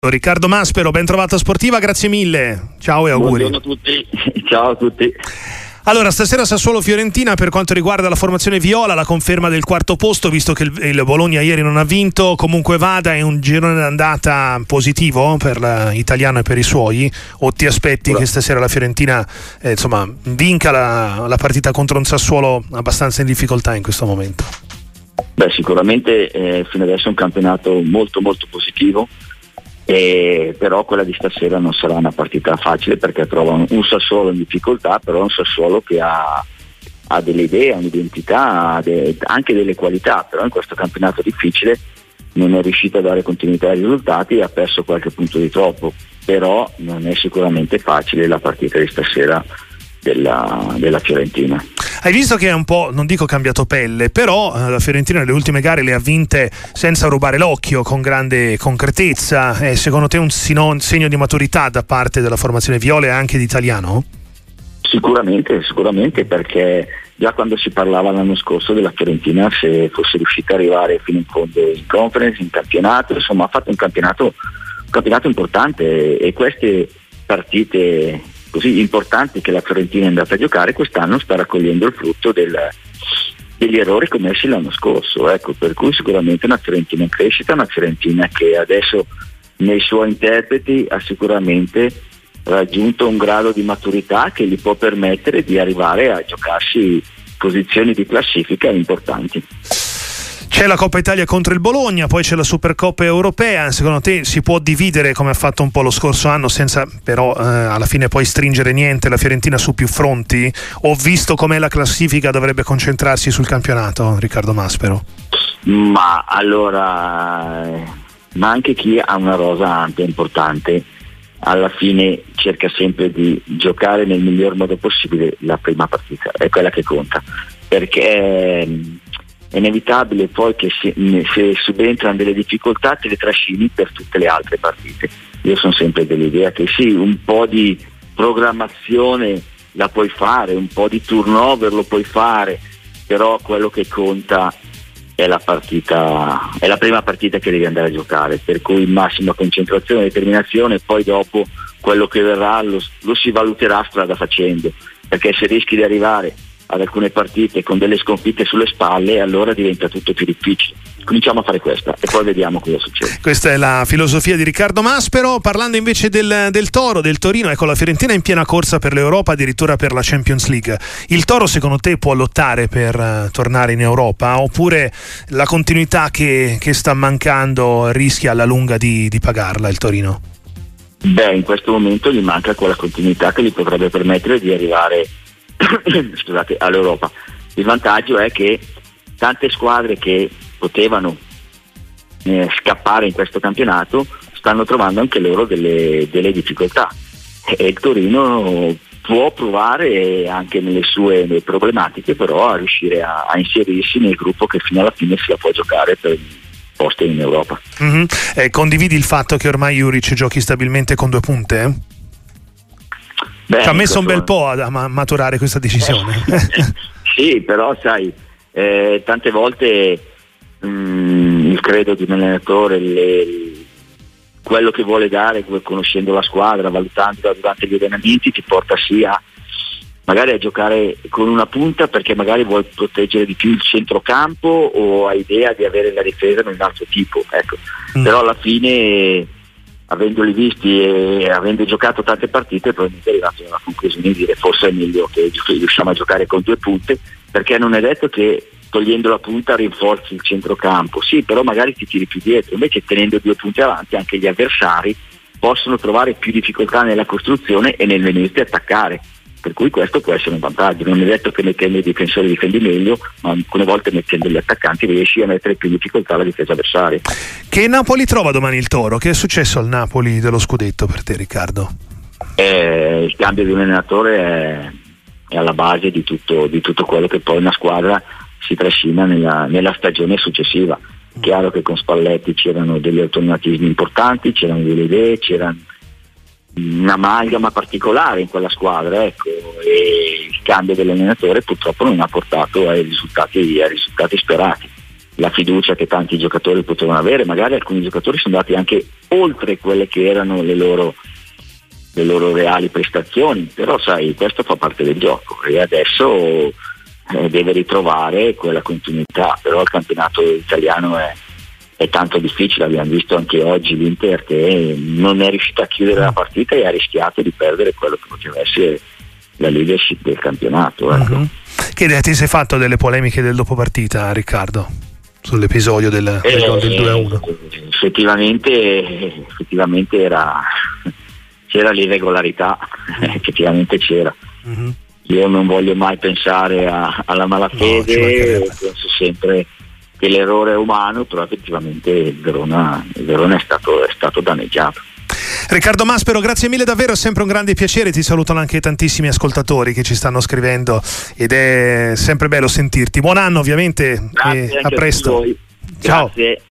Riccardo Maspero, ben trovato a Sportiva, grazie mille, ciao e auguri. Buongiorno a tutti, ciao a tutti. Allora, stasera Sassuolo-Fiorentina per quanto riguarda la formazione viola, la conferma del quarto posto, visto che il Bologna ieri non ha vinto, comunque vada, è un girone d'andata positivo per l'italiano e per i suoi, o ti aspetti che stasera la Fiorentina vinca la partita contro un Sassuolo abbastanza in difficoltà in questo momento? Beh, sicuramente fino adesso è un campionato molto molto positivo. Però quella di stasera non sarà una partita facile, perché trovano un Sassuolo in difficoltà, però un Sassuolo che ha delle idee, ha un'identità, anche delle qualità, però in questo campionato difficile non è riuscito a dare continuità ai risultati e ha perso qualche punto di troppo, però non è sicuramente facile la partita di stasera della Fiorentina. Hai visto che è un po', non dico cambiato pelle, però la Fiorentina nelle ultime gare le ha vinte senza rubare l'occhio, con grande concretezza. È secondo te un segno di maturità da parte della formazione viola e anche di Italiano? Sicuramente, perché già quando si parlava l'anno scorso della Fiorentina, se fosse riuscita ad arrivare fino in fondo in conference, in campionato, insomma ha fatto un campionato importante, e queste partite così importanti che la Fiorentina è andata a giocare quest'anno sta raccogliendo il frutto degli errori commessi l'anno scorso, ecco, per cui sicuramente una Fiorentina in crescita, una Fiorentina che adesso nei suoi interpreti ha sicuramente raggiunto un grado di maturità che gli può permettere di arrivare a giocarsi posizioni di classifica importanti. C'è la Coppa Italia contro il Bologna, poi c'è la Supercoppa Europea. Secondo te si può dividere, come ha fatto un po' lo scorso anno, senza però alla fine poi stringere niente, la Fiorentina su più fronti? O visto com'è la classifica dovrebbe concentrarsi sul campionato, Riccardo Maspero? Ma anche chi ha una rosa ampia importante alla fine cerca sempre di giocare nel miglior modo possibile la prima partita, è quella che conta, perché è inevitabile poi che se subentrano delle difficoltà te le trascini per tutte le altre partite. Io sono sempre dell'idea che sì, un po' di programmazione la puoi fare, un po' di turnover lo puoi fare, però quello che conta è la prima partita che devi andare a giocare, per cui massima concentrazione e determinazione, poi dopo quello che verrà lo si valuterà strada facendo, perché se rischi di arrivare ad alcune partite con delle sconfitte sulle spalle, allora diventa tutto più difficile. Cominciamo a fare questa e poi vediamo cosa succede. Questa è la filosofia di Riccardo Maspero. Parlando invece del Toro, del Torino, ecco, la Fiorentina è in piena corsa per l'Europa, addirittura per la Champions League. Il Toro secondo te può lottare per tornare in Europa, oppure la continuità che sta mancando rischia alla lunga di pagarla il Torino? Beh, in questo momento gli manca quella continuità che gli potrebbe permettere di arrivare all'Europa. Il vantaggio è che tante squadre che potevano scappare in questo campionato stanno trovando anche loro delle difficoltà, e il Torino può provare anche nelle sue problematiche però a riuscire a inserirsi nel gruppo che fino alla fine si la può giocare per posti in Europa. Condividi il fatto che ormai Juric giochi stabilmente con 2 punte? Beh, ci ha messo un bel po' a maturare questa decisione. Sì, però sai, tante volte il credo di un allenatore, quello che vuole dare, conoscendo la squadra, valutandola durante gli allenamenti, ti porta sia magari a giocare con una punta perché magari vuoi proteggere di più il centrocampo, o hai idea di avere la difesa in un altro tipo, ecco. Però alla fine, avendoli visti e avendo giocato tante partite, probabilmente è arrivato alla conclusione di dire forse è meglio che riusciamo a giocare con 2 punte, perché non è detto che togliendo la punta rinforzi il centrocampo, sì, però magari ti tiri più dietro, invece tenendo 2 punti avanti anche gli avversari possono trovare più difficoltà nella costruzione e nel venirti a attaccare, per cui questo può essere un vantaggio. Non è detto che mettendo i difensori difendi meglio, ma alcune volte mettendo gli attaccanti riesci a mettere più difficoltà alla difesa avversaria. Che Napoli trova domani il Toro? Che è successo al Napoli dello scudetto per te, Riccardo? Il cambio di un allenatore è alla base di tutto quello che poi una squadra si trascina nella stagione successiva. Chiaro che con Spalletti c'erano degli automatismi importanti, c'erano delle idee, c'era un'amalgama particolare in quella squadra, ecco, e il cambio dell'allenatore purtroppo non ha portato ai risultati sperati. la fiducia che tanti giocatori potevano avere. Magari alcuni giocatori sono andati anche oltre quelle che erano le loro reali prestazioni, però sai, questo fa parte del gioco e adesso deve ritrovare quella continuità. Però il campionato italiano è tanto difficile, abbiamo visto anche oggi l'Inter che non è riuscita a chiudere la partita e ha rischiato di perdere quello che poteva essere la leadership del campionato, ecco. Mm-hmm. Che idea ti sei fatto delle polemiche del dopo partita, Riccardo, sull'episodio del 2-1? Effettivamente c'era l'irregolarità, effettivamente c'era. Mm-hmm. Io non voglio mai pensare alla malafede, penso sempre che l'errore è umano, però effettivamente il Verona è stato danneggiato. Riccardo Maspero, grazie mille davvero, è sempre un grande piacere, ti salutano anche tantissimi ascoltatori che ci stanno scrivendo ed è sempre bello sentirti. Buon anno ovviamente, Grazie, e a presto. ciao. Grazie.